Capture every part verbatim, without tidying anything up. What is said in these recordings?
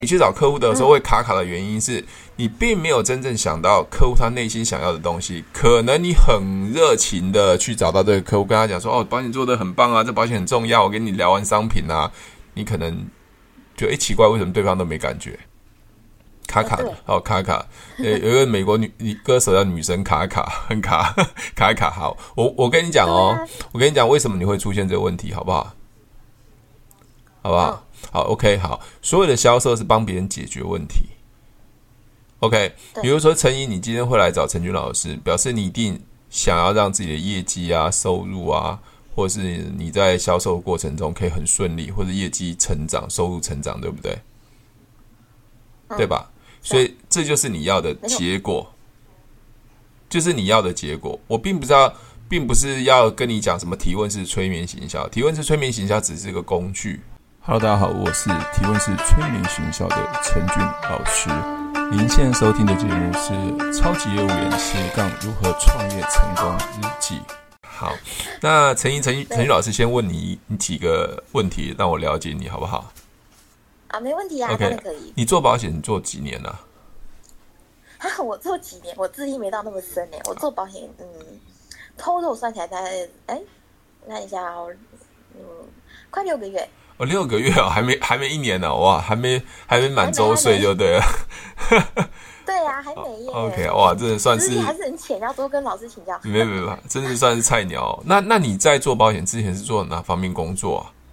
你去找客户的时候会卡卡的原因是你并没有真正想到客户他内心想要的东西。可能你很热情的去找到这个客户，跟他讲说哦，保险做得很棒啊，这保险很重要，我跟你聊完商品啊，你可能就诶奇怪，为什么对方都没感觉？卡卡的哦，卡卡，有一个美国女歌手叫女神卡卡，很卡卡卡。好，我我跟你讲哦，我跟你讲为什么你会出现这个问题，好不好？好不好？好 ，OK， 好，所有的销售是帮别人解决问题。OK， 比如说陈怡，你今天会来找陈军老师，表示你一定想要让自己的业绩啊、收入啊，或是你在销售过程中可以很顺利，或者业绩成长、收入成长，对不对？嗯、对吧？所以这就是你要的结果，就是你要的结果。我并不知道，并不是要跟你讲什么提问式催眠行销，提问式催眠行销只是一个工具。Hello， 大家好，我是提问式催眠行销的陈俊老师。您现在收听的节目是《超级业务员斜杠如何创业成功日记》。好，那陈怡、陈陈宇老师先问你你几个问题，让我了解你好不好？ 啊，没问题啊， OK， 当然可以。 你做保险做几年了、 啊？我做几年？我资历没到那么深呢。我做保险，嗯 ，total 算起来大概，哎，看一下哦，嗯，快六个月。 哦，六个月哦，还没还没一年呢，哇，还没还没满周岁就对了。 对啊，还没耶。 OK， 哇，真的算是还是很浅，要多跟老师请教。 没有没有，真的算是菜鸟、哦。那那你在做保险之前是做哪方面工作啊？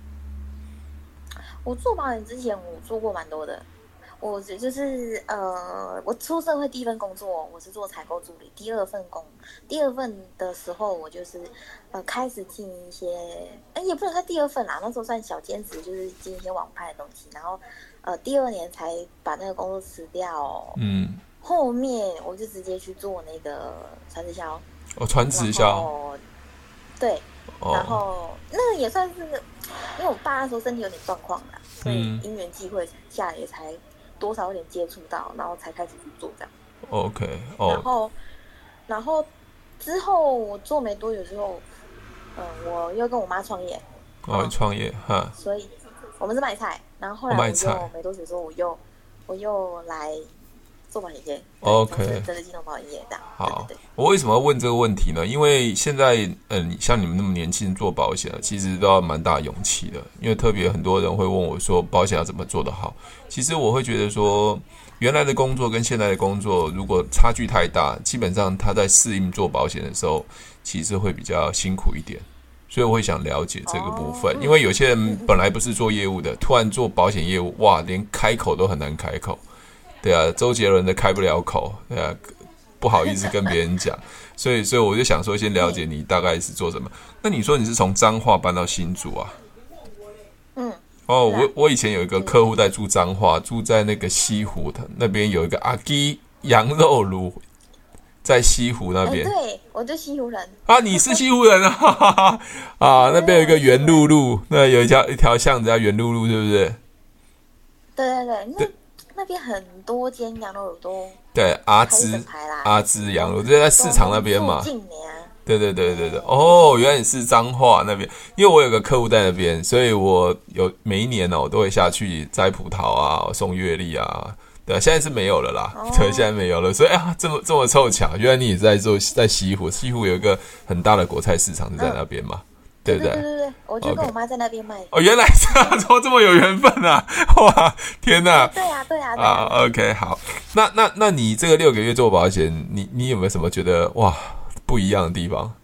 我做保险之前，我做过蛮多的。我就是呃，我出社会第一份工作，我是做采购助理。第二份工，第二份的时候，我就是呃开始进一些，哎，也不能算第二份啦，那时候算小兼职，就是进一些网拍的东西。然后呃，第二年才把那个工作辞掉、哦。嗯。后面我就直接去做那个传直销。 哦，传直销。 对。哦、然后那个也算是，因为我爸那时候身体有点状况啦，所以因缘际会下也才多少有点接触到，然后才开始去做这样。 OK， 哦、 oh. 然后，然后之后我做没多久之后，嗯、呃，我又跟我妈创业。 哦，创业哈。 所以我们是卖菜，然后后来我又没多久之后，我又我又来做保险业。 OK， 真的金融保险业这样。 好， 对对对， 我为什么要问这个问题呢？因为现在，嗯，像你们那么年轻做保险，其实都要蛮大勇气的。因为特别很多人会问我说，保险要怎么做得好？其实我会觉得说，原来的工作跟现在的工作如果差距太大，基本上他在适应做保险的时候，其实会比较辛苦一点。所以我会想了解这个部分，因为有些人本来不是做业务的，突然做保险业务，哇，连开口都很难开口。对啊，周杰伦都开不了口，对啊，不好意思跟别人讲，所以所以我就想说，先了解你大概是做什么。那你说你是从彰化搬到新竹啊？嗯。哦，我我以前有一个客户在住彰化，住在那个西湖那边有一个阿基羊肉炉，在西湖那边。 对，我就西湖人。 啊，你是西湖人啊？哈哈哈啊，那边有一个圆路路，那有一条一条巷子叫圆路路，对不对？ 对对对，那。那边很多间羊肉炉都对阿芝阿芝羊肉，就在市场那边嘛。对对对对对，哦，原来你是彰化那边，因为我有个客户在那边，所以我有每一年呢、哦，我都会下去摘葡萄啊，送月历啊。对啊，现在是没有了啦，哦、对，现在没有了，所以啊，这么这么凑巧，原来你也在做在西湖，西湖有一个很大的果菜市场是在那边嘛。嗯对对对对对，我就跟我妈在那边卖。 哦，原来这样，怎么这么有缘分啊！哇，天哪！ 对啊，对啊，对啊。啊 ，OK， 好，那那那你这个六个月做保险，你你有没有什么觉得哇不一样的地方？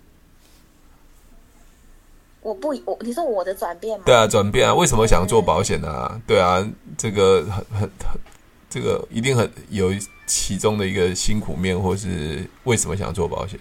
我不，我你说我的转变吗？ 对啊，转变啊，为什么想要做保险啊？对啊，这个很很很，这个一定很有其中的一个辛苦面，或是为什么想做保险？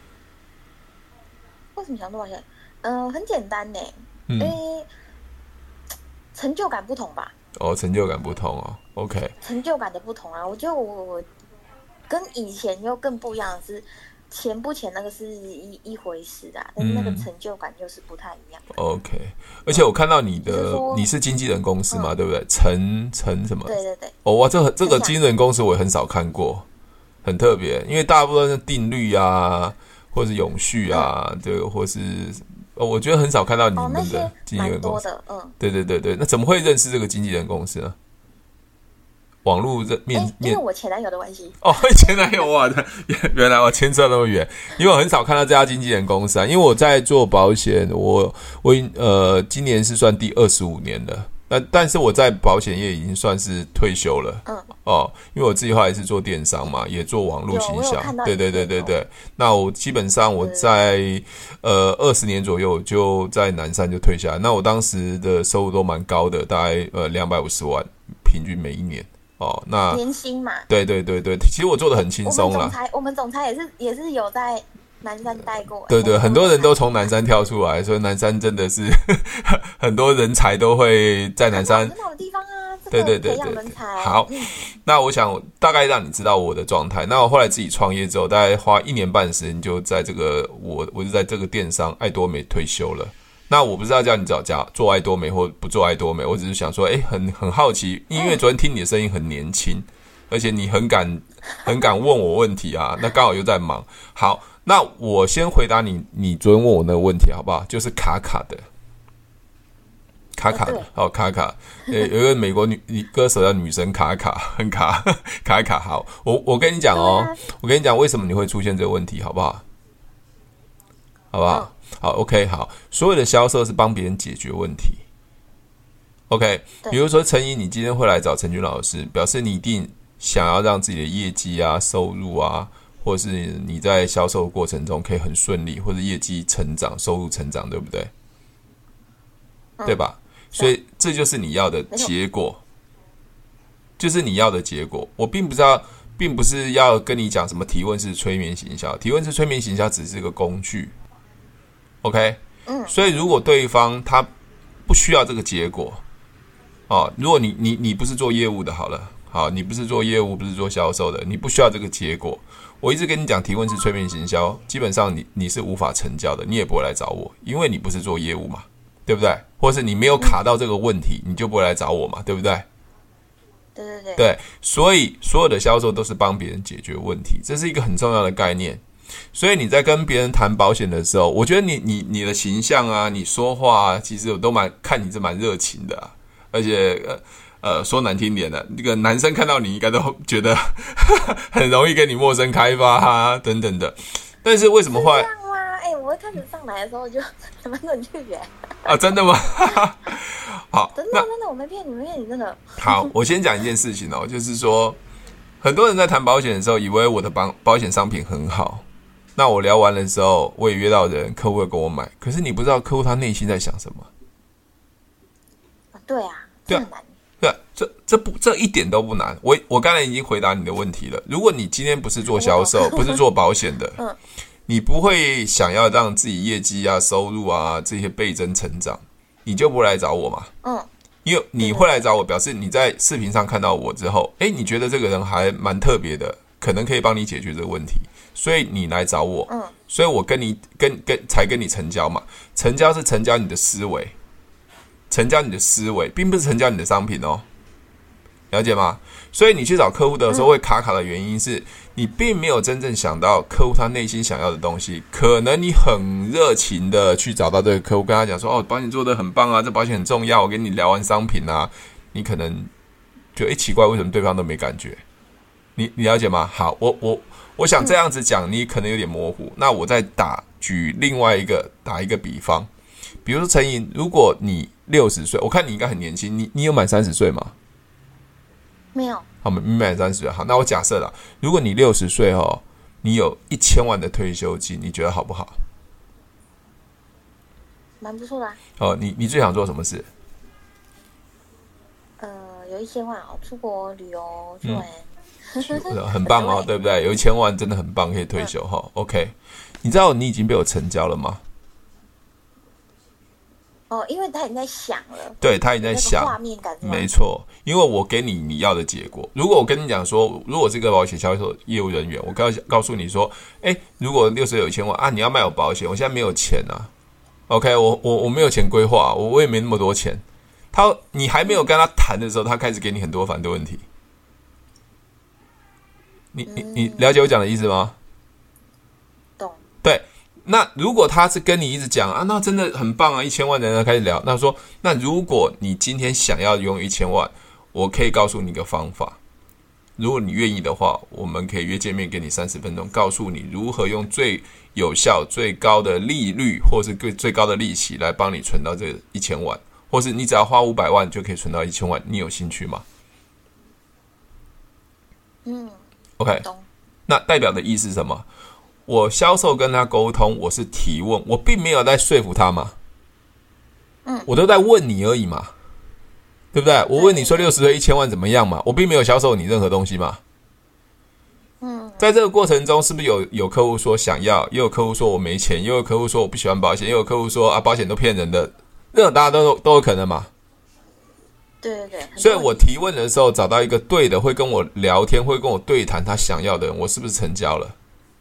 为什么想做保险？嗯、呃，很简单呢，因为、嗯、成就感不同吧。 哦，成就感不同哦 ，OK。 成就感的不同啊，我觉得我我跟以前又更不一样的是，钱不钱那个是一一回事啊，但是那个成就感就是不太一样。 OK， 而且我看到你的、嗯、你是经纪人公司嘛，嗯、对不对？陈陈什么？ 对对对。 哦哇，这个这个经纪人公司我也很少看过，很特别，因为大部分是定律啊，或是永续啊，嗯、对，或是。哦，我觉得很少看到你们的经纪人公司。 哦、嗯， 对对对对，那怎么会认识这个经纪人公司呢？ 网络面面，因为我前男友的关系。 哦，前男友哇，原来我牵扯那么远，因为我很少看到这家经纪人公司啊，因为我在做保险，我我呃今年是算第二十五年了。那但是我在保险业已经算是退休了，嗯，哦，因为我自己后来是做电商嘛，也做网络行销，对对对对对。那我基本上我在呃二十年左右就在南山就退下来。那我当时的收入都蛮高的，大概呃两百五十万平均每一年哦。那年薪嘛， 对对对对，其实我做的很轻松啦。 我们总裁我们总裁也是也是有在南山待过， 对对，很多人都从南山跳出来，所以南山真的是很多人才都会在南山很好的地方啊。 对对对对对，好，嗯，那我想大概让你知道我的状态。那我后来自己创业之后，大概花一年半时间就在这个我我就在这个电商爱多美退休了。那我不知道叫你找家做爱多美或不做爱多美，我只是想说，哎，很很好奇，因为昨天听你的声音很年轻，而且你很敢很敢问我问题啊，那刚好又在忙。好。那我先回答你，你昨天问我那个问题好不好？就是卡卡的，卡卡的，好、哦、卡卡，呃，有一个美国女歌手叫女神卡卡，很卡，卡卡。好，我我跟你讲哦，我跟你讲为什么你会出现这个问题，好不好？好不好？好 ，OK， 好，所有的销售是帮别人解决问题。OK， 比如说陈怡，你今天会来找陈军老师，表示你一定想要让自己的业绩啊、收入啊。或是你在销售过程中可以很顺利，或者业绩成长、收入成长，对不对？嗯、对吧？所以这就是你要的结果，就是你要的结果。我并不知道，并不是要跟你讲什么提问式催眠行销，提问式催眠行销只是个工具。OK， 嗯，所以如果对方他不需要这个结果，哦，如果你你你不是做业务的，好了。好，你不是做业务，不是做销售的，你不需要这个结果。我一直跟你讲，提问式催眠行销，基本上你你是无法成交的，你也不会来找我，因为你不是做业务嘛，对不对？或是你没有卡到这个问题，你就不会来找我嘛，对不对？ 对对对。 对，所以所有的销售都是帮别人解决问题，这是一个很重要的概念。所以你在跟别人谈保险的时候，我觉得你你你的形象啊，你说话啊，其实我都蛮看你是蛮热情的、啊，而且呃。呃，说难听点的，那个男生看到你应该都觉得很容易跟你陌生开发啊，等等的。但是为什么会？ 这样吗？哎、欸，我一开始上来的时候就蛮冷峻的。 啊，真的吗？好， 真的真的，我没骗你，没骗你，真的。 好，我先讲一件事情哦，就是说，很多人在谈保险的时候，以为我的保保险商品很好。那我聊完的时候，我也约到人，客户会跟我买。可是你不知道客户他内心在想什么。 啊，对啊，这很难。 对，这这不这一点都不难。我我刚才已经回答你的问题了。如果你今天不是做销售，不是做保险的，嗯，你不会想要让自己业绩啊、收入啊这些倍增成长，你就不会来找我嘛。嗯，因为你会来找我，表示你在视频上看到我之后，哎，你觉得这个人还蛮特别的，可能可以帮你解决这个问题，所以你来找我。嗯，所以我跟你跟跟才跟你成交嘛。成交是成交你的思维。成交你的思维，并不是成交你的商品哦，了解吗？所以你去找客户的时候会卡卡的原因是你并没有真正想到客户他内心想要的东西。可能你很热情的去找到这个客户，跟他讲说：“哦，保险做得很棒啊，这保险很重要。”我跟你聊完商品啊，你可能觉得诶奇怪，为什么对方都没感觉？你你了解吗？好，我我我想这样子讲，你可能有点模糊。那我再打举另外一个打一个比方。比如说陈颖，如果你六十岁，我看你应该很年轻，你你有满三十岁吗？ 没有。 好，没满三十岁。好，那我假设了，如果你六十岁哦，你有一千万的退休金，你觉得好不好？ 蛮不错的、啊。 哦，你你最想做什么事？ 呃，有一千万哦，出国旅游去玩。 嗯、很棒哦，对不对？有一千万真的很棒，可以退休哈、嗯。OK， 你知道你已经被我成交了吗？ 哦，因为他已经在想了， 对他已经在想画面感， 没错。因为我给你你要的结果。如果我跟你讲说，如果是个保险销售业务人员，我告告诉你说，哎，如果六十有一千万啊，你要卖我保险，我现在没有钱啊。OK， 我我我没有钱规划，我我也没那么多钱。他你还没有跟他谈的时候，他开始给你很多反对问题。你你你了解我讲的意思吗？ 懂。 对。那如果他是跟你一直讲啊，那真的很棒啊，一千万的人开始聊。那说，那如果你今天想要拥有一千万，我可以告诉你一个方法。 如果你愿意的话，我们可以约见面，给你三十分钟，告诉你如何用最有效、最高的利率，或是最高的利息来帮你存到这一千万，或是你只要花五百万就可以存到一千万，你有兴趣吗？ 嗯 ，OK， 那代表的意思是什么？我销售跟他沟通，我是提问，我并没有在说服他嘛， 嗯， 我都在问你而已嘛。对不对？我问你说六十岁一千万怎么样嘛？我并没有销售你任何东西嘛。 嗯， 在这个过程中，是不是有有客户说想要，也有客户说我没钱，也有客户说我不喜欢保险，也有客户说啊保险都骗人的，任何大家都都有可能嘛。 对对对。 所以我提问的时候找到一个对的，会跟我聊天，会跟我对谈他想要的人，我是不是成交了？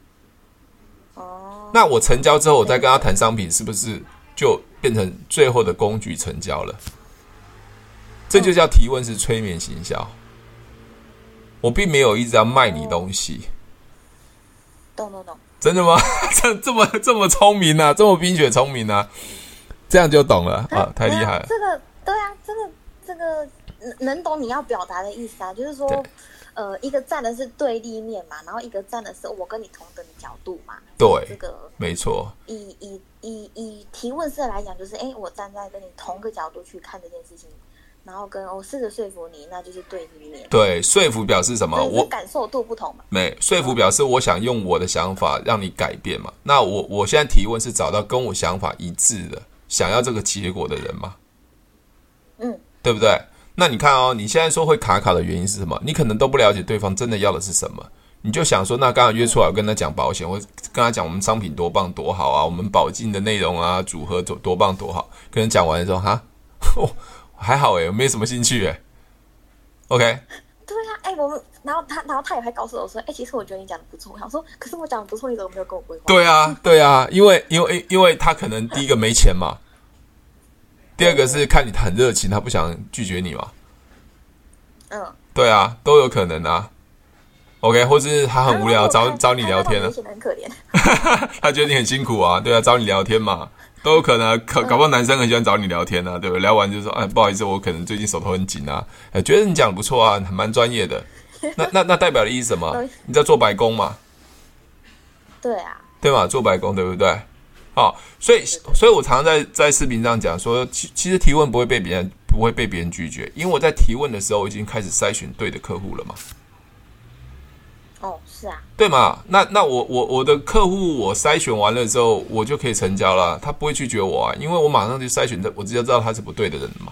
哦。 那我成交之后，我再跟他谈商品，是不是就变成最后的工具成交了？这就叫提问是催眠行销。我并没有一直要卖你东西。 懂懂懂。 真的吗？这这么这么聪明啊，这么冰雪聪明啊，这样就懂了啊，太厉害了。 这个对啊，这个这个能懂你要表达的意思啊，就是说，呃，一个站的是对立面嘛，然后一个站的是我跟你同等的角度嘛。 对， 这个没错。 以以以以提问式来讲，就是哎，我站在跟你同个角度去看这件事情。然后跟我试着说服你，那就是对立面。 对，说服表示什么？我感受度不同嘛。 没，说服表示我想用我的想法让你改变嘛。那我我现在提问是找到跟我想法一致的，想要这个结果的人嘛。 嗯， 对不对？那你看哦，你现在说会卡卡的原因是什么？你可能都不了解对方真的要的是什么，你就想说，那刚刚约出来，我跟他讲保险，我跟他讲我们商品多棒多好啊，我们保金的内容啊，组合多多棒多好。跟人讲完的时候，哈。还好哎，我没什么兴趣哎。OK。 对啊，哎，我们，然后他，然后他也还告诉我说，哎，其实我觉得你讲的不错。我想说，可是我讲的不错，你怎么没有跟我规划？ 对啊，对啊，因为因为因为他可能第一个没钱嘛，第二个是看你很热情，他不想拒绝你嘛。 嗯， 对啊，都有可能啊。OK， 或是他很无聊，找找你聊天了。 他很可怜。 他觉得你很辛苦啊，对啊，找你聊天嘛。都有可能、啊，搞搞不好男生很喜欢找你聊天啊，对不对？聊完就说，哎，不好意思，我可能最近手头很紧啊，哎，觉得你讲的不错啊，还蛮专业的。那那那代表的意思什么？你在做白工嘛？ 对啊， 对嘛，做白工对不对？好、哦，所以所以我常常在在视频上讲说，其其实提问不会被别人不会被别人拒绝，因为我在提问的时候我已经开始筛选对的客户了嘛。 哦，是啊， 对嘛？那那我我我的客户我筛选完了之后，我就可以成交了，他不会拒绝我啊，因为我马上就筛选，我直接知道他是不对的人嘛。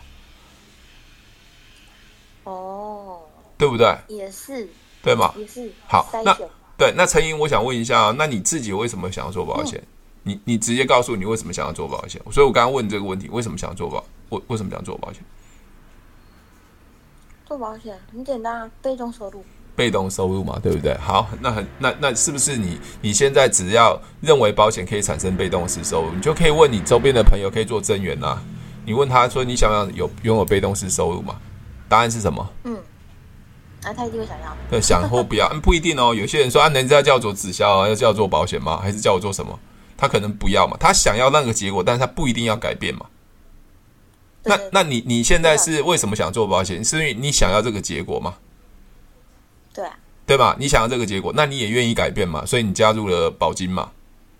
哦， 对不对？ 也是， 对嘛？ 也是。 好，那对，那陈莹，我想问一下，那你自己为什么想要做保险？嗯、你你直接告诉你为什么想要做保险。所以我刚刚问这个问题，为什么想要做保？为为什么想做保险？ 做保险很简单啊，被动收入。 被动收入嘛，对不对？好，那很那那是不是你你现在只要认为保险可以产生被动式收入，你就可以问你周边的朋友可以做增援啊？你问他说你想不想有拥有被动式收入嘛？答案是什么？ 嗯，啊，他一定会想要。 对，想或不要，嗯，不一定哦。有些人说啊，人家叫我做直销啊，要叫我做保险吗？还是叫我做什么？他可能不要嘛，他想要那个结果，但是他不一定要改变嘛。那那你你现在是为什么想做保险？是因为你想要这个结果吗？ 对啊， 对吧？你想要这个结果，那你也愿意改变嘛？所以你加入了保金嘛？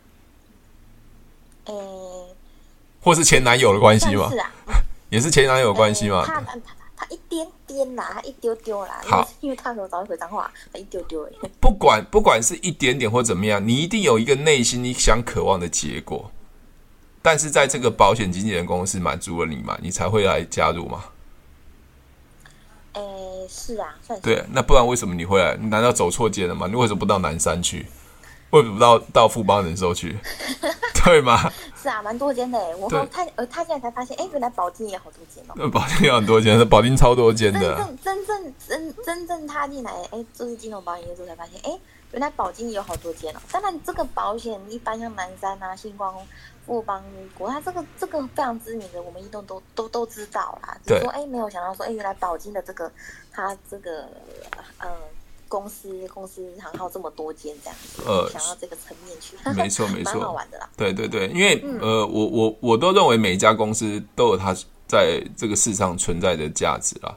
诶、 欸，或是前男友的关系嘛？ 是啊， 也是前男友的关系嘛？ 欸、他他他一点点啦，他一丢丢啦。 好， 因为他和我早会回脏话，他一丢丢诶。 不管不管是一点点或怎么样，你一定有一个内心你想渴望的结果，但是在这个保险经纪人公司满足了你嘛，你才会来加入嘛？ 诶、欸，是啊，算是。 对，那不然为什么你会来？你难道走错街了吗？你为什么不到南山去？为什么不到到富邦人寿去？对吗？ 是啊，蛮多间的诶。我他呃，他现在才发现，哎、欸，原来保金也好多间哦。 保金有很多间，保金超多间的。 真正真正真真正踏进来，哎、欸，就是金融保险业之后才发现，哎、欸，原来保金也有好多间哦。当然，这个保险一般像南山啊、星光、富邦、国泰，这个这个非常知名的，我们移动都都都知道啦。只是说，哎、欸，没有想到说，哎、欸，原来保金的这个它这个呃。公司公司行号这么多间这样子，呃，想到这个层面去， 没错没错， 蛮好玩的啦。 对对对，因为、嗯、呃，我我我都认为每一家公司都有它在这个市场存在的价值啦。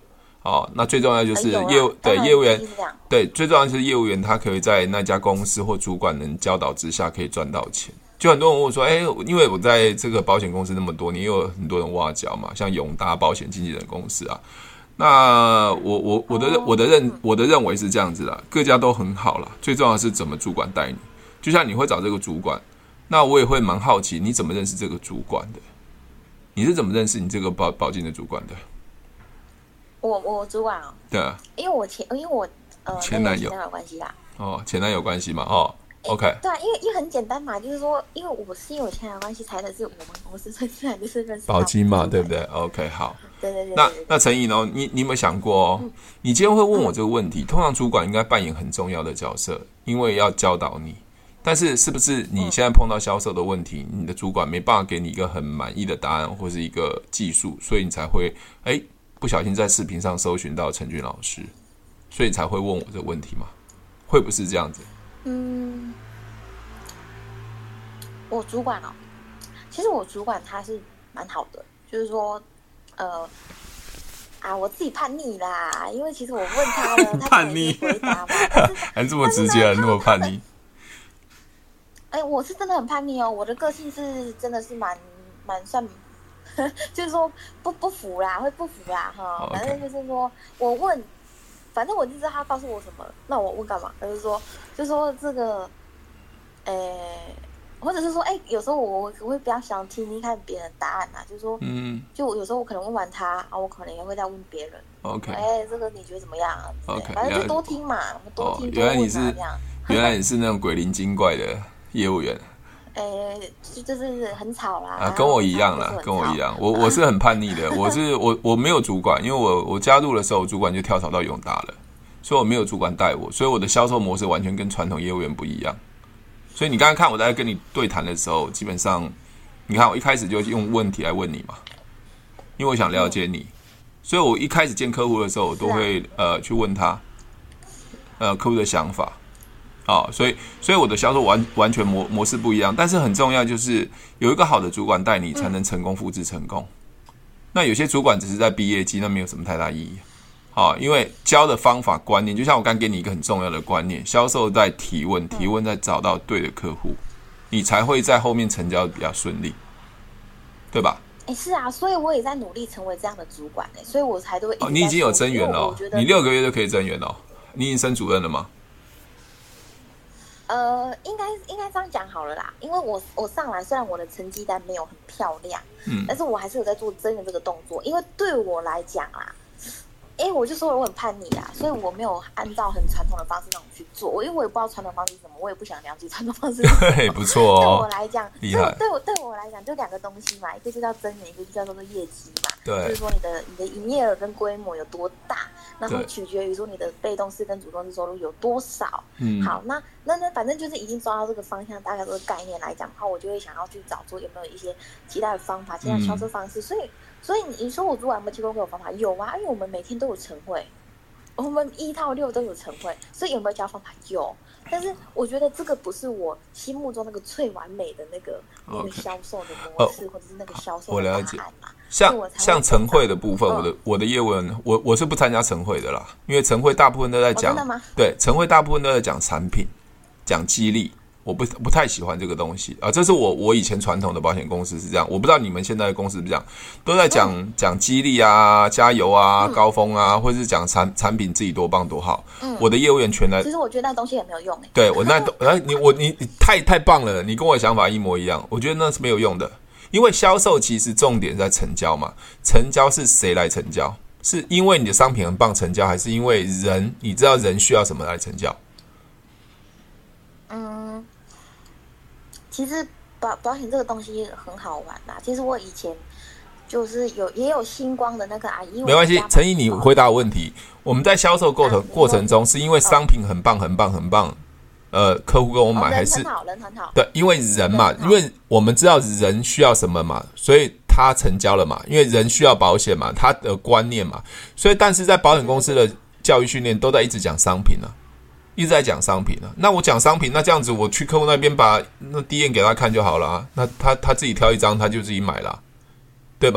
好，那最重要就是呃有啊业务当然对业务员一定是这样对最重要就是业务员他可以在那家公司或主管能教导之下可以赚到钱。就很多人问我说，哎，因为我在这个保险公司那么多年，也有很多人挖角嘛，像永达保险经纪人公司啊。那我我我的我的认我的认为是这样子啦，各家都很好啦，最重要的是怎么主管带你。就像你会找这个主管，那我也会蛮好奇你怎么认识这个主管的？你是怎么认识你这个保保金的主管的？ 我我主管哦， 对啊， 因为我前因为我呃前男友跟前男友有关系啦。 哦，前男友关系嘛，哦 ，OK， 对啊，因为因为很简单嘛，就是说，因为我是因为我前男友关系才认识我们公司，所以自然就是认识保金嘛， 到对不对 ？OK， 好。 对对对对那对对那陈怡呢？你你有没有想过哦？ 嗯你今天会问我这个问题，通常主管应该扮演很重要的角色，因为要教导你。但是是不是你现在碰到销售的问题，你的主管没办法给你一个很满意的答案或是一个技术，所以你才会哎不小心在视频上搜寻到陈俊老师，所以你才会问我这个问题吗？会不是这样子？ 嗯，我主管哦，其实我主管他是蛮好的，就是说，呃，啊，我自己叛逆啦，因为其实我问他了，他叛逆回答嘛，但是还这么直接，那么叛逆？ 哎，我是真的很叛逆哦，我的个性是真的是蛮蛮算，就是说不不服啦，会不服啦哈。 Oh, okay. 反正就是说我问，反正我就知道他告诉我什么，那我问干嘛？就是说，就是说这个，哎，或者是说，哎，有时候我我会比较想听听看别人答案啊，就是说， 嗯， 就有时候我可能问完他啊，我可能也会再问别人。 OK， 哎，这个你觉得怎么样啊 OK， 反正就多听嘛，多听、 哦、 多原来你是问啊这样。 原来你是那种鬼灵精怪的业务员。 诶，就是很吵啦， 啊，跟我一样啦，跟我一样。我我是很叛逆的，我是我我没有主管，因为我我加入的时候，主管就跳槽到永达了，所以我没有主管带我，所以我的销售模式完全跟传统业务员不一样。所以你刚刚看我在跟你对谈的时候，基本上你看我一开始就用问题来问你嘛，因为我想了解你，嗯、所以我一开始见客户的时候，我都会、啊、呃去问他，呃客户的想法。哦，所以所以我的销售完完全模模式不一样，但是很重要就是有一个好的主管带你，才能成功复制成功。嗯、那有些主管只是在逼业绩，那没有什么太大意义。好、哦，因为教的方法观念，就像我刚给你一个很重要的观念，销售在提问，提问在找到对的客户，你才会在后面成交比较顺利，对吧？ 哎，是啊，所以我也在努力成为这样的主管哎，所以我才都会一直在说。 哦，你已经有增员了、哦，你六个月就可以增员了、哦，你已经升主任了吗？ 呃，应该应该这样讲好了啦，因为我我上来虽然我的成绩单没有很漂亮，嗯，但是我还是有在做增员这个动作，因为对我来讲啊，哎，我就说了我很叛逆啊，所以我没有按照很传统的方式那种去做，因为我也不知道传统方式是什么，我也不想了解传统方式是什么。 对，不错哦。 对我来讲， 厉害。 对我对我来讲就两个东西嘛，一个就叫增员，一个就叫做业绩嘛。 对， 就是说你的你的营业额跟规模有多大，然后取决于说你的被动式跟主动式收入有多少。嗯，好，那那那反正就是已经抓到这个方向，大概这个概念来讲的话，我就会想要去找出有没有一些其他的方法，其他的销售方式。嗯、所以所以你说我主管有没有提供给我方法？有啊，因为我们每天都有晨会。我们一到六都有晨会，所以有没有教方法？有，但是我觉得这个不是我心目中那个最完美的那个那个销售的模式， okay. 或者是那个销售的答案嘛。 像像晨会的部分，嗯、我的我的业务人，我我是不参加晨会的啦，因为晨会大部分都在讲， 哦、真的吗？ 对，晨会大部分都在讲产品，讲激励。我不不太喜欢这个东西啊，这是我我以前传统的保险公司是这样，我不知道你们现在的公司是不是这样，都在讲、嗯、讲激励啊、加油啊、嗯、高峰啊，或者是讲产产品自己多棒多好。嗯，我的业务员全来， 其实我觉得那东西也没有用、欸、 对我那你我你你太太棒了，你跟我的想法一模一样，我觉得那是没有用的，因为销售其实重点在成交嘛，成交是谁来成交？是因为你的商品很棒成交，还是因为人你知道人需要什么来成交？ 嗯。其实保保险这个东西很好玩啦。其实我以前就是有也有星光的那个阿姨， 没关系，陈怡，你回答我问题。我们在销售过程、啊、过程中，是因为商品很棒、很棒、很棒，呃，客户跟我买， 哦、 还是人很好，人很好？ 对，因为人嘛，因为我们知道人需要什么嘛，所以他成交了嘛。因为人需要保险嘛，他的观念嘛，所以但是在保险公司的教育训练都在一直讲商品啊。一直在讲商品啊，那我讲商品，那这样子我去客户那边把那 D N 给他看就好了啊，那他他自己挑一张他就自己买了，对吧？嗯嗯。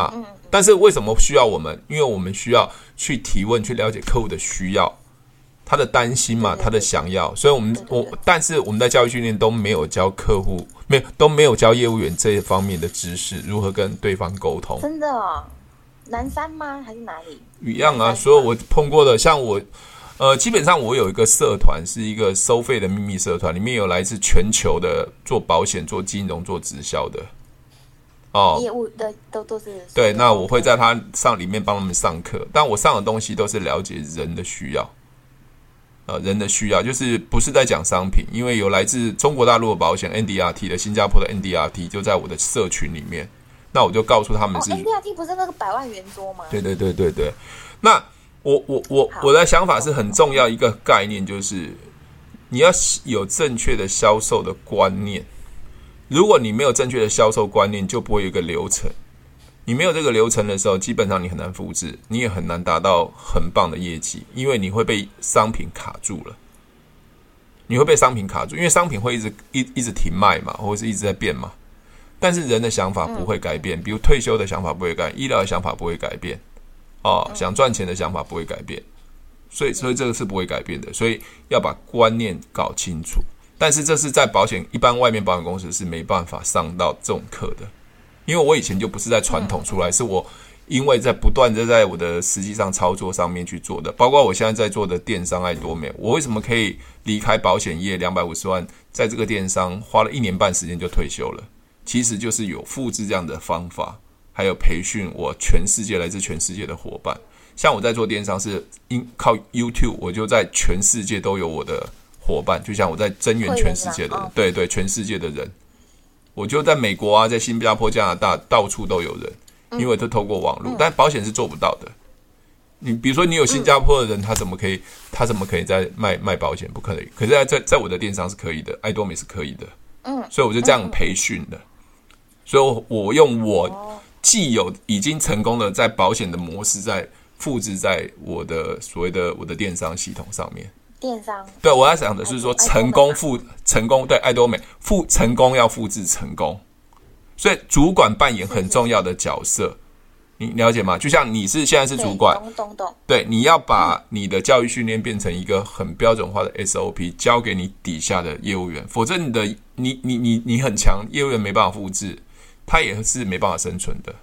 但是为什么需要我们？因为我们需要去提问，去了解客户的需要，他的担心嘛，他的想要，所以我们我但是我们在教育训练都没有教客户，没有都没有教业务员这一方面的知识，如何跟对方沟通。 真的哦，南山吗？还是哪里？ 一样啊，所有我碰过的，像我，呃，基本上我有一个社团，是一个收费的秘密社团，里面有来自全球的做保险、做金融、做直销的。 哦，业务的都都是对，那我会在他上里面帮他们上课，但我上的东西都是了解人的需要，呃，人的需要就是不是在讲商品，因为有来自中国大陆的保险 N D R T 的，新加坡的 N D R T 就在我的社群里面，那我就告诉他们是、 哦、N D R T 不是那个百万圆桌吗？ 对对对对对，那我我我我的想法是很重要一个概念，就是你要有正确的销售的观念。如果你没有正确的销售观念，就不会有一个流程。你没有这个流程的时候，基本上你很难复制，你也很难达到很棒的业绩，因为你会被商品卡住了。你会被商品卡住，因为商品会一直一一直停卖嘛，或者是一直在变嘛。但是人的想法不会改变，比如退休的想法不会改变，医疗的想法不会改变，哦，想赚钱的想法不会改变，所以所以这个是不会改变的。所以要把观念搞清楚。但是这是在保险一般外面保险公司是没办法上到这种课的，因为我以前就不是在传统出来，是我因为在不断的在我的实际上操作上面去做的，包括我现在在做的电商爱多美，我为什么可以离开保险业两百五十万，在这个电商花了一年半时间就退休了？其实就是有复制这样的方法，还有培训我全世界来自全世界的伙伴。像我在做电商是因靠 YouTube， 我就在全世界都有我的伙伴，就像我在增援全世界的人，哦、对对，全世界的人，我就在美国啊，在新加坡、加拿大，到处都有人，因为都透过网络，嗯、但保险是做不到的。你比如说，你有新加坡的人，他怎么可以？他怎么可以在卖卖保险？不可能。可是在，在在我的电商是可以的，爱多美是可以的。嗯，所以我就这样培训的。所以我用我既有已经成功的在保险的模式，在复制在我的所谓的我的电商系统上面。 电商对，我要讲的是说成功复成功对爱多美复成功要复制成功，所以主管扮演很重要的角色，你了解吗？就像你是现在是主管， 懂懂懂， 对，你要把你的教育训练变成一个很标准化的 S O P， 交给你底下的业务员，否则你的你你你你很强，业务员没办法复制，他也是没办法生存的。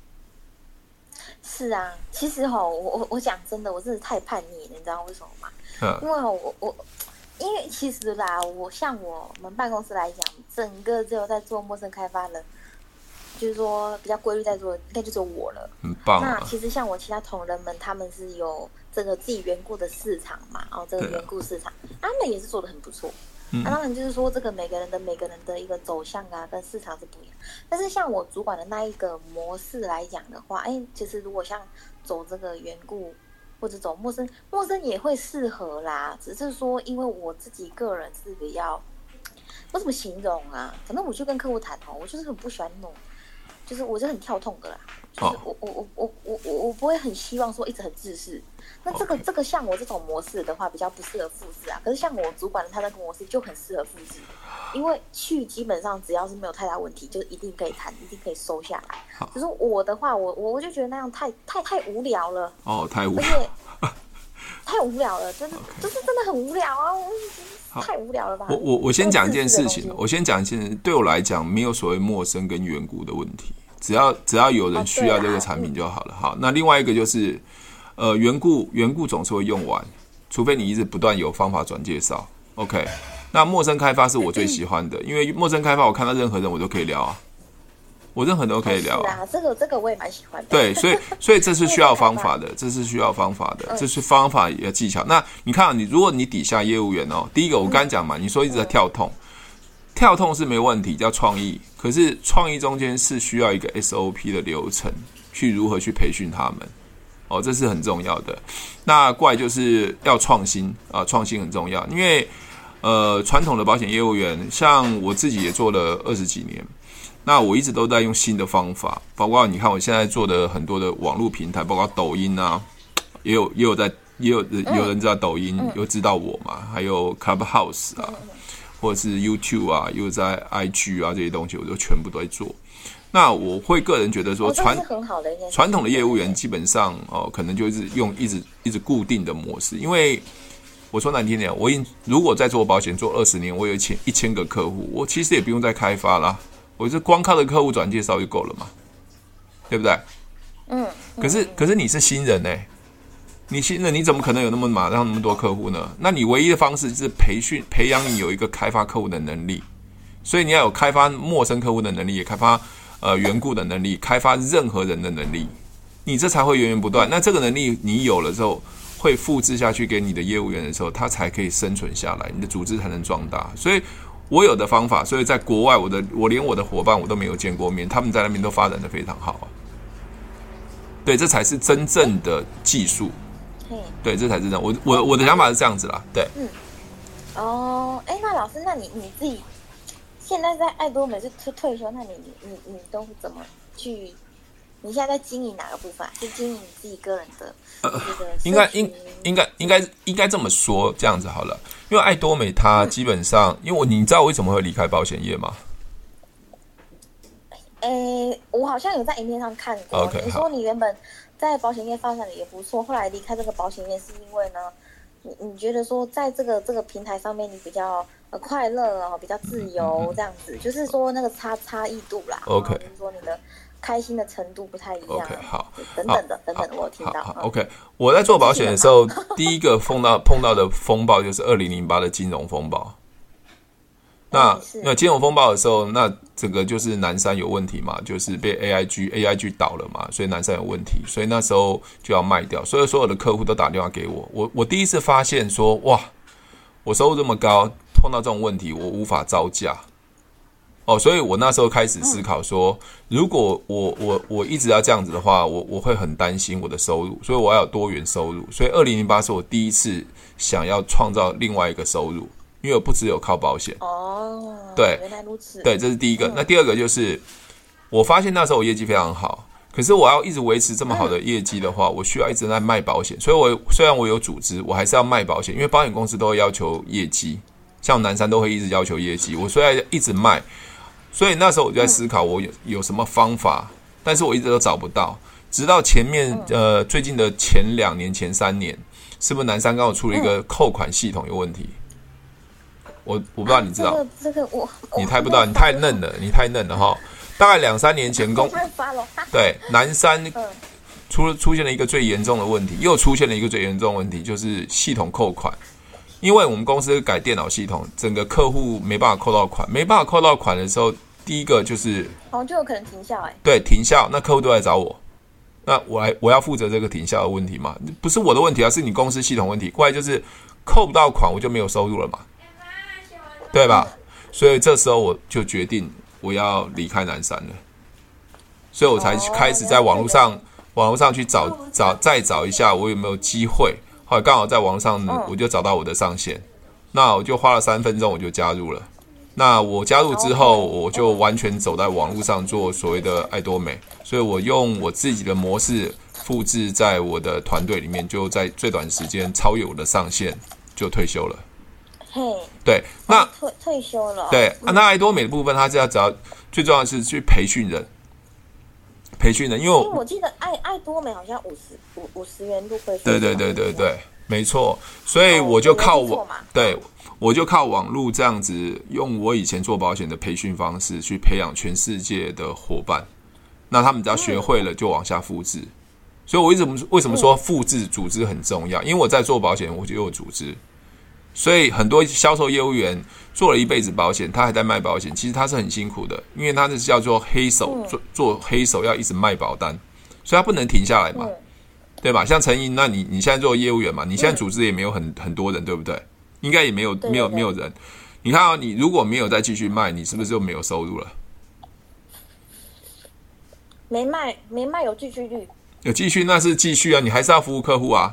是啊，其实哈，我我我讲真的，我真的太叛逆了，你知道为什么吗？因为我我因为其实啦，我像我们办公室来讲，整个只有在做陌生开发的，就是说比较规律在做，应该就只有我了。 很棒、啊。 那其实像我其他同仁们，他们是有这个自己缘故的市场嘛，然后这个缘故市场，他们也是做得很不错。嗯、啊，当然就是说这个每个人的每个人的一个走向啊，跟市场是不一样。但是像我主管的那一个模式来讲的话，哎，其实如果像走这个缘故。或者走陌生，陌生也会适合啦。只是说，因为我自己个人是比较，我怎么形容啊？反正我就跟客户谈哦，我就是很不喜欢那种，就是我是很跳痛的啦。就是我、oh. 我我我我我我不会很希望说一直很自私。那这个、okay. 这个像我这种模式的话，比较不适合复制啊。可是像我主管的他那个模式就很适合复制，因为去基本上只要是没有太大问题，就一定可以谈，一定可以收下来。可是我的话，我我就觉得那样太太太无聊了。 哦，太无聊， 太无聊了，真的就是真的很无聊啊！太无聊了吧？ 我我我先讲一件事情，我先讲一件事，对我来讲没有所谓陌生跟缘故的问题，只要只要有人需要这个产品就好了。好，那另外一个就是。呃，缘故缘故总是会用完，除非你一直不断有方法转介绍。OK， 那陌生开发是我最喜欢的，因为陌生开发我看到任何人我都可以聊啊，我任何人都可以聊啊。 是啊，这个这个我也蛮喜欢的。 对，所以所以这是需要方法的，这是需要方法的，这是方法也技巧。那你看、啊，你如果你底下业务员哦，第一个我刚才讲嘛，你说一直在跳痛，跳痛是没问题，叫创意，可是创意中间是需要一个 S O P 的流程，去如何去培训他们。哦，这是很重要的。那过来就是要创新啊，创新很重要。因为呃，传统的保险业务员，像我自己也做了二十几年，那我一直都在用新的方法，包括你看我现在做的很多的网络平台，包括抖音啊，也有也有在也有有人知道抖音，有知道我嘛，还有 Clubhouse 啊，或者是 YouTube 啊，又在 I G 啊这些东西，我就全部都在做。 那我会个人觉得说传，传统的业务员基本上哦，可能就是用一直一直固定的模式，因为我说难听点，我如果在做保险做二十年，我有一千一千个客户，我其实也不用再开发啦，我是光靠着客户转介绍就够了嘛，对不对？ 嗯。 可是可是你是新人哎、欸，你新人你怎么可能有那么马上那么多客户呢？那你唯一的方式是培训培养你有一个开发客户的能力，所以你要有开发陌生客户的能力，也开发。呃，缘故的能力，开发任何人的能力，你这才会源源不断。那这个能力你有了之后，会复制下去给你的业务员的时候，他才可以生存下来，你的组织才能壮大。所以我有的方法，所以在国外，我的我连我的伙伴我都没有见过面，他们在那边都发展得非常好啊。对，这才是真正的技术。对，这才是真的。我我我的想法是这样子啦。对。 嗯。哦，哎，那老师，那你你自己？现在在爱多美是退休，那你你你都怎么去？你现在在经营哪个部分？是经营你自己个人的这个、呃？ 应该应应该应该应该这么说，这样子好了。因为爱多美它基本上，嗯、因为我你知道我为什么会离开保险业吗？ 诶，我好像有在影片上看过。 Okay, 你说你原本在保险业发展的也不错，后来离开这个保险业是因为呢？你你觉得说在这个这个平台上面你比较呃快乐哦，比较自由、嗯、这样子，就是说那个差差异度啦 ，OK， 就是说你的开心的程度不太一样 ，OK， 好， 等等的等等的，我有听到。 好 ，OK， 我在做保险的时候，第一个碰到碰到的风暴就是二零零八的金融风暴。那那金融风暴的时候，那整个就是南山有问题嘛，就是被 A I G A I G 倒了嘛，所以南山有问题，所以那时候就要卖掉，所以所有的客户都打电话给我，我我第一次发现说，哇，我收入这么高，碰到这种问题，我无法招架。哦，所以我那时候开始思考说，如果我我我一直要这样子的话，我我会很担心我的收入，所以我要有多元收入。所以二零零八是我第一次想要创造另外一个收入。因为我不只有靠保险哦， 对， 原来如此， 对，这是第一个。嗯、那第二个就是，我发现那时候我业绩非常好，可是我要一直维持这么好的业绩的话，嗯、我需要一直在卖保险。所以我虽然我有组织，我还是要卖保险，因为保险公司都会要求业绩，像南山都会一直要求业绩，我虽然一直卖，所以那时候我就在思考我有有什么方法，但是我一直都找不到，直到前面呃最近的前两年、前三年，是不是南山刚好出了一个扣款系统有问题？我我不知道你知道， 啊、这个这个我你太不知道，你太嫩了，你太嫩了哈。大概两三年前公对南山出出现了一个最严重的问题，又出现了一个最严重的问题，就是系统扣款。因为我们公司改电脑系统，整个客户没办法扣到款，没办法扣到款的时候，第一个就是好像就有可能停效哎、欸。 对，停效，那客户都来找我，那我来我要负责这个停效的问题嘛？不是我的问题啊，是你公司系统问题。过来就是扣不到款，我就没有收入了嘛。对吧？所以这时候我就决定我要离开南山了，所以我才开始在网络上网络上去找找再找一下我有没有机会。后来刚好在网络上我就找到我的上线，那我就花了三分钟我就加入了。那我加入之后，我就完全走在网络上做所谓的爱多美，所以我用我自己的模式复制在我的团队里面，就在最短时间超越我的上线，就退休了。 嘿， 对，那、 哦、退退休了。 对，嗯、那爱多美的部分，它是要只要最重要的是去培训人，培训人，因为 我, 因为我记得爱爱多美好像五十五五十元入会费。 对对对对对，没错。所以我就靠我，哦、对，我就靠网络这样子，用我以前做保险的培训方式去培养全世界的伙伴。那他们只要学会了，就往下复制。嗯、所以我一直为什么说复制组织很重要？因为我在做保险，我就有组织。所以很多销售业务员做了一辈子保险，他还在卖保险，其实他是很辛苦的，因为他是叫做黑手，做做黑手要一直卖保单，所以他不能停下来嘛，对吧？像陈英，那你你现在做业务员嘛，你现在组织也没有很很多人，对不对？应该也没有没有没有人。你看啊，你如果没有再继续卖，你是不是就没有收入了？ 没卖没卖有继续率， 有继续那是继续啊，你还是要服务客户啊。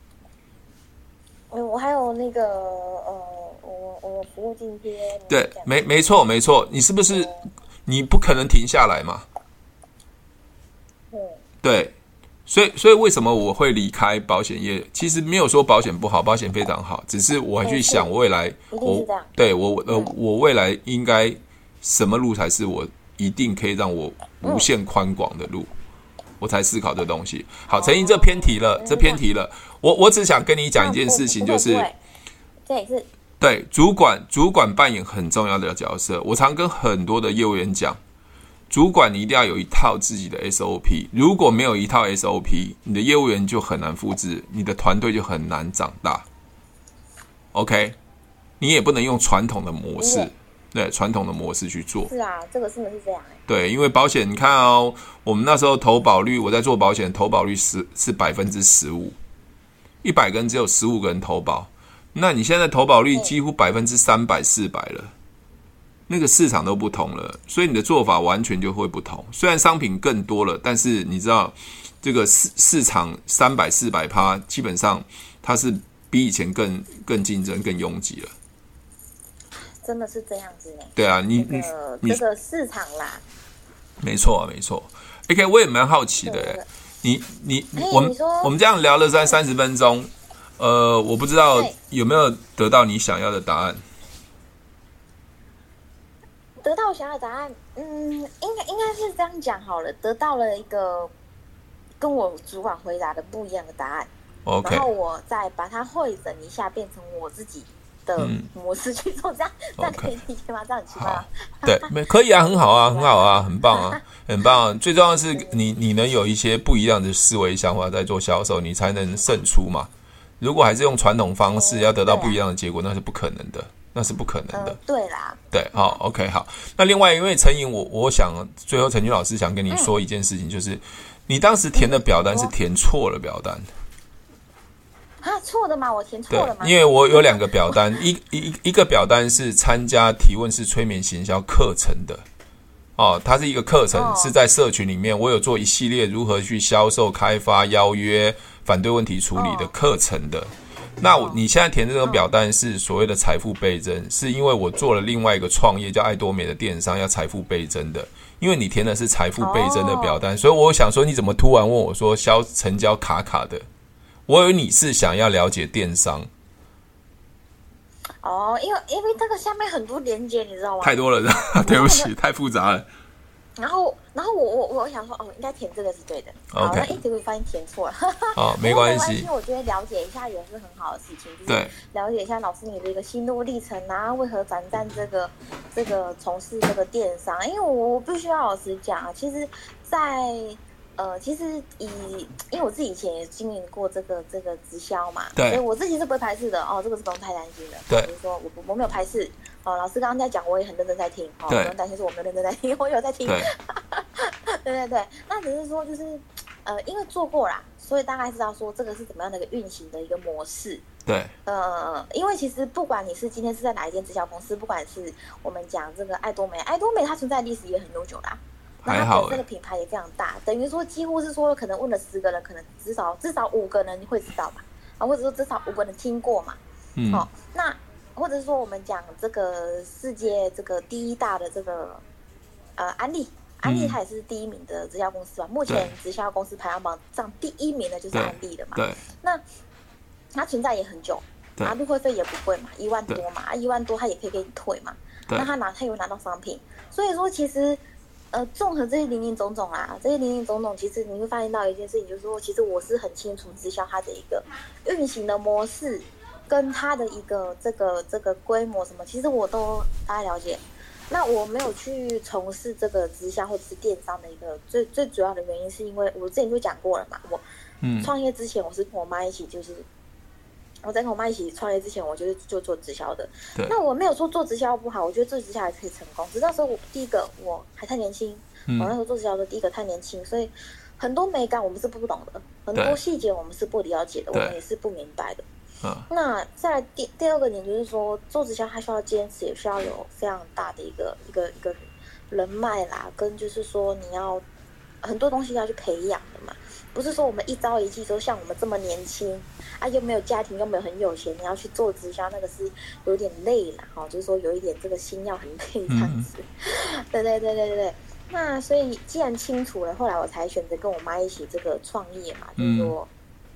我还有那个呃，我我服务津贴。 对，没没错没错，你是不是、嗯、你不可能停下来嘛？ 嗯， 对，所以所以为什么我会离开保险业？其实没有说保险不好，保险非常好，只是我还去想我未来， 嗯、 我对我呃、嗯、我未来应该什么路才是我一定可以让我无限宽广的路，我才思考这东西。好，陈莹，这偏题了，这偏题了。我我只想跟你讲一件事情，就是这也是对主管，主管扮演很重要的角色。我常跟很多的业务员讲，主管你一定要有一套自己的 S O P， 如果没有一套 S O P， 你的业务员就很难复制，你的团队就很难长大。OK， 你也不能用传统的模式。对传统的模式去做， 是啊，这个真的是这样、欸、 对，因为保险，你看哦，我们那时候投保率，我在做保险，投保率是是百分之十五，一百个人只有十五个人投保，那你现在投保率几乎百分之三百、四百了，那个市场都不同了，所以你的做法完全就会不同。虽然商品更多了，但是你知道这个市市场三百、四百趴，基本上它是比以前更更竞争、更拥挤了。 真的是这样子呢。 对啊，你、 这个、你这个市场啦， 没错啊，没错。OK， 我也蛮好奇的耶，你你我们我们这样聊了三三十分钟，呃，我不知道有没有得到你想要的答案。 得到想要的答案，嗯，应该应该是这样讲好了，得到了一个跟我主管回答的不一样的答案。 OK， 然后我再把它汇整一下，变成我自己的模式去做，这样、嗯、这样可以理解吗？这样很奇怪吗？ 对，没可以啊，很好啊，很好啊，很棒啊，很棒、啊。最重要的是你你能有一些不一样的思维想法在做销售，你才能胜出嘛。如果还是用传统方式要得到不一样的结果，那是不可能的，那是不可能的。 呃、对啦， 对，好 ，OK， 好。那另外，因为陈莹，我我想最后陈军老师想跟你说一件事情，嗯、就是你当时填的表单是填错了表单。 啊，错的吗？我填错了吗？ 对，因为我有两个表单，一一一个表单是参加提问式催眠行销课程的，哦，它是一个课程，哦、是在社群里面，我有做一系列如何去销售、开发、邀约、反对问题处理的课程的。哦、那我你现在填的这个表单是所谓的财富倍增，是因为我做了另外一个创业叫爱多美的电商，要财富倍增的。因为你填的是财富倍增的表单，哦、所以我想说，你怎么突然问我说销成交卡卡的？我以为你是想要了解电商哦，因为因为这个下面很多连结，你知道吗？ 太多了，对不起，太复杂了。 然后，然后我我我想说，哦，应该填这个是对的。 OK， 好，那一直会发现填错了。 哦，没关系， 我觉得了解一下也是很好的事情，就是了解一下老师你的一个心路历程啊，为何转战这个这个从事这个电商？因为我我必须要老实讲啊，其实，在呃，其实以因为我自己以前也经营过这个这个直销嘛， 对， 所以我自己是不会排斥的哦，这个是不用太担心的。 对， 就是说我我没有排斥哦，老师刚刚在讲，我也很认真在听哦，不用担心是我没有认真在听，我有在听。 对， 对对对，那只是说就是呃，因为做过啦，所以大概知道说这个是怎么样的一个运行的一个模式。 对， 呃，因为其实不管你是今天是在哪一间直销公司，不管是我们讲这个爱多美，爱多美它存在的历史也很悠久啦。那它本身的品牌也非常大，等于说几乎是说，可能问了十个人，可能至少至少五个人会知道嘛，啊，或者说至少五个人听过嘛， 嗯，好、哦， 那或者是说我们讲这个世界这个第一大的这个呃安利，安利它也是第一名的直销公司吧？嗯、目前直销公司排行榜上第一名的就是安利了嘛， 对， 那它存在也很久，啊，入会费也不贵嘛，一万多嘛，啊，一万多它也可以给你退嘛，那他拿他有拿到商品，所以说其实。呃，综合这些林林总总啦，这些林林总总，其实你会发现到一件事情，就是说，其实我是很清楚直销它的一个运行的模式，跟它的一个这个这个规模什么，其实我都大概了解。那我没有去从事这个直销或者是电商的一个最最主要的原因，是因为我之前就讲过了嘛，我创业之前我是跟我妈一起就是。我在跟我妈一起创业之前，我就是就做直销的。那我没有说做直销不好，我觉得做直销还可以成功。只是那时候我第一个我还太年轻，嗯、我那时候做直销的第一个太年轻，所以很多美感我们是不懂的，很多细节我们是不了解的，我们也是不明白的。那再来第第二个点就是说，做直销它需要坚持，也需要有非常大的一个一个一个人脉啦，跟就是说你要很多东西要去培养的嘛。不是说我们一朝一夕说像我们这么年轻啊，又没有家庭，又没有很有钱，你要去做直销，那个是有点累啦，哈、哦，就是说有一点这个心要很累这样子。嗯、对对对对对。那所以既然清楚了，后来我才选择跟我妈一起这个创业嘛，就是说，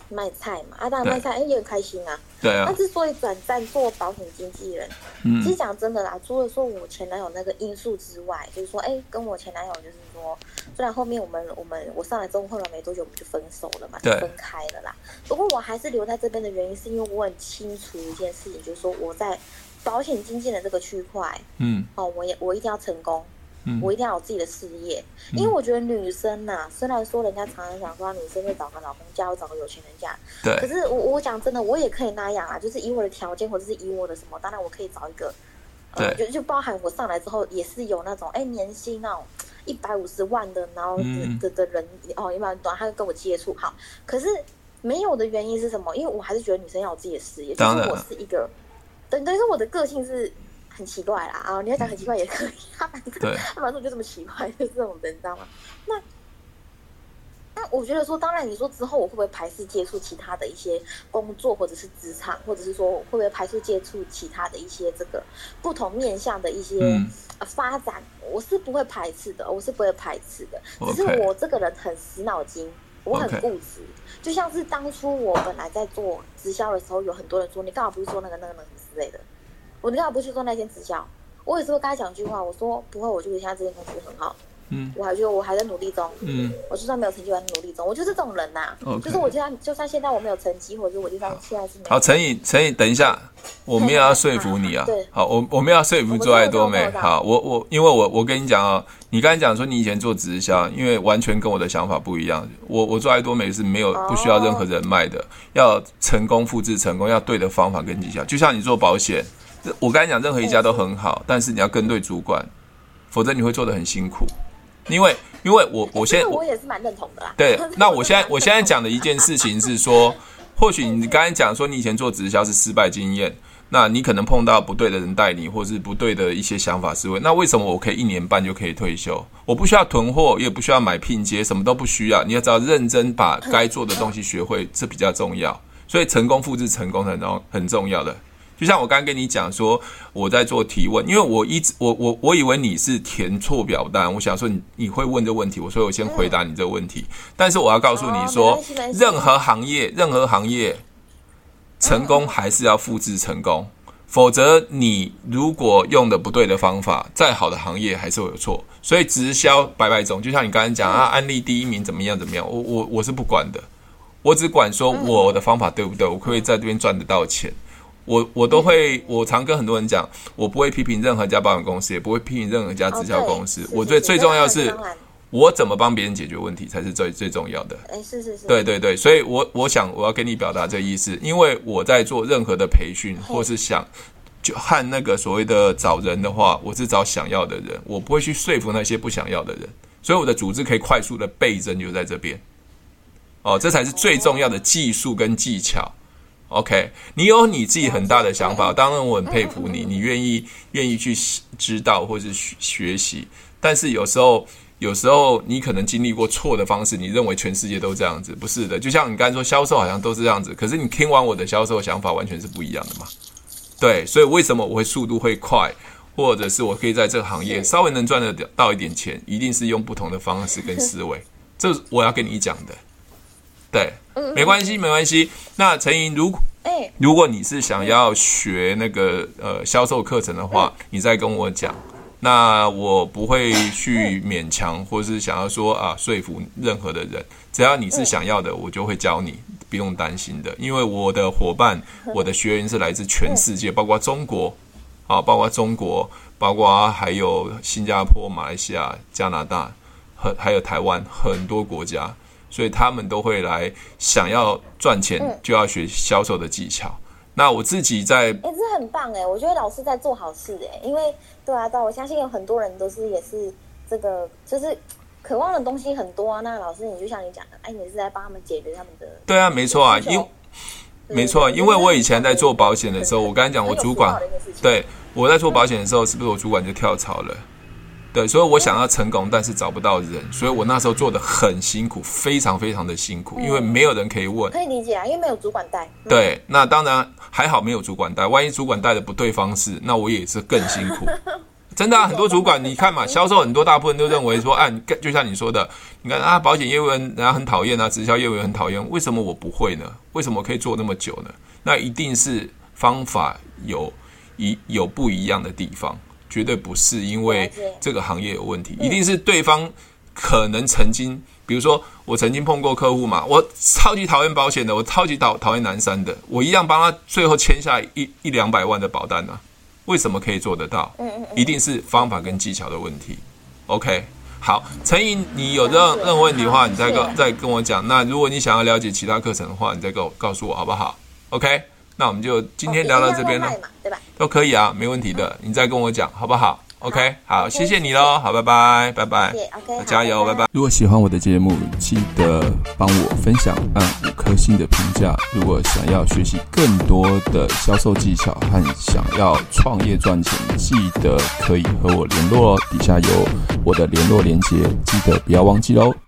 卖菜嘛，啊，当然卖菜，哎，也很开心啊。 对啊。 那之所以转战做保险经纪人，嗯，其实讲真的啦，除了说我前男友那个因素之外，就是说，哎，跟我前男友就是说，虽然后面我们我们我上来之后，后来没多久我们就分手了嘛，就分开了啦。不过我还是留在这边的原因，是因为我很清楚一件事情，就是说我在保险经纪人这个区块，嗯，哦，我也我一定要成功。我一定要有自己的事业，因为我觉得女生呐、啊，虽然说人家常常讲说女生会找个老公家，要找个有钱人家， 对。 可是我我讲真的，我也可以那样啊，就是以我的条件或者是以我的什么，当然我可以找一个，呃、就就包含我上来之后也是有那种哎年薪那种一百五十万的，然后的、嗯、的的人哦，一百多，他跟我接触好，可是没有的原因是什么？因为我还是觉得女生要有自己的事业，就是我是一个，等等于说我的个性是。很奇怪啦啊！你要讲很奇怪也可以，他反正他反正就这么奇怪，就是这种人，你知道吗？那那我觉得说，当然你说之后我会不会排斥接触其他的一些工作，或者是职场，或者是说会不会排斥接触其他的一些这个不同面向的一些、嗯呃、发展，我是不会排斥的，我是不会排斥的。只是我这个人很死脑筋，我很固执。Okay. 就像是当初我本来在做直销的时候，有很多人说你干嘛不是做那个那个那个之类的。我干嘛不去做那间直销？我也是会跟他讲一句话，我说不会，我觉得现在这间公司很好，嗯，我还觉得我还在努力中，嗯，我就算没有成绩，我还在努力中，我就是这种人呐、啊 okay. 就是我就算就算现在我没有成绩，或者是我就算现在是没有。 好，陈颖，陈颖，等一下，我没有要说服你啊，对，好，我我没有要说服做爱多美，好，我我因为我我跟你讲啊，你刚才讲说你以前做直销，因为完全跟我的想法不一样，我我做爱多美是没有不需要任何人脉的，要成功复制成功，要对的方法跟技巧，就像你做保险。我刚才讲，任何一家都很好，但是你要跟对主管，否则你会做得很辛苦。因为，因为我我现在我也是蛮认同的啦。 对，那我现在我现在讲的一件事情是说，或许你刚才讲说你以前做直销是失败经验，那你可能碰到不对的人带你，或是不对的一些想法思维。那为什么我可以一年半就可以退休？我不需要囤货，也不需要买聘接，什么都不需要。你要只要认真把该做的东西学会，这比较重要。所以成功复制成功很重很重要的。就像我刚刚跟你讲说，我在做提问，因为我一直我我我以为你是填错表单，我想说你你会问这问题，所以我先回答你这个问题。但是我要告诉你说，任何行业任何行业成功还是要复制成功，否则你如果用的不对的方法，再好的行业还是会有错。所以直销百百种，就像你刚才讲啊，安利第一名怎么样怎么样，我我我是不管的，我只管说我的方法对不对，我可不可以在这边赚得到钱。我我都会，我常跟很多人讲，我不会批评任何一家保险公司，也不会批评任何一家直销公司。 哦、 我最最重要的是，我怎么帮别人解决问题才是最最重要的。 哎，是是是。 对对对，所以我我想我要跟你表达这意思，因为我在做任何的培训，或是想就和那个所谓的找人的话，我是找想要的人，我不会去说服那些不想要的人。所以我的组织可以快速的倍增，就在这边。哦，这才是最重要的技术跟技巧。OK， 你有你自己很大的想法，当然我很佩服你，你愿意愿意去知道或是学习，但是有时候有时候你可能经历过错的方式，你认为全世界都这样子，不是的。就像你刚才说销售好像都是这样子，可是你听完我的销售想法完全是不一样的嘛。对，所以为什么我会速度会快，或者是我可以在这个行业稍微能赚得到一点钱，一定是用不同的方式跟思维，这是我要跟你讲的。对，没关系，没关系。那陈莹，如果如果你是想要学那个呃销售课程的话，你再跟我讲。那我不会去勉强，或是想要说啊说服任何的人。只要你是想要的，我就会教你，不用担心的。因为我的伙伴，我的学员是来自全世界，包括中国，啊，包括中国，包括还有新加坡、马来西亚、加拿大，和还有台湾很多国家。所以他们都会来，想要赚钱就要学销售的技巧。嗯、那我自己在， 哎、欸，这很棒哎，我觉得老师在做好事哎，因为对啊，对啊，我相信有很多人都是也是这个，就是渴望的东西很多啊。那老师，你就像你讲的，哎，你是在帮他们解决他们的， 对啊，没错啊，因没错，因为我以前在做保险的时候，我刚才讲我主管，对，我在做保险的时候，是不是我主管就跳槽了？对，所以我想要成功，但是找不到人，所以我那时候做的很辛苦，非常非常的辛苦，因为没有人可以问。 可以理解啊，因为没有主管带。 嗯、对，那当然还好没有主管带，万一主管带的不对方式，那我也是更辛苦。 真的啊，很多主管你看嘛，销售很多大部分都认为说，啊，就像你说的，你看啊，保险业务员人家很讨厌啊，直销业务员很讨厌，为什么我不会呢？为什么可以做那么久呢？那一定是方法有一有不一样的地方，绝对不是因为这个行业有问题，一定是对方可能曾经，比如说我曾经碰过客户嘛，我超级讨厌保险的，我超级讨讨厌南山的，我一样帮他最后签下一一两百万的保单啊，为什么可以做得到？一定是方法跟技巧的问题。OK， 好，陈颖，你有任任何问题的话，你再跟再跟我讲。那如果你想要了解其他课程的话，你再告告诉我好不好 ？OK， 那我们就今天聊到这边了， 对吧？ 都可以啊，没问题的，你再跟我讲好不好？OK， 好，好，谢谢你咯，好，拜拜，拜拜， 谢谢 OK， 加油，拜拜。 如果喜欢我的节目，记得帮我分享，按五颗星的评价。如果想要学习更多的销售技巧和想要创业赚钱，记得可以和我联络哦，底下有我的联络连结，记得不要忘记咯。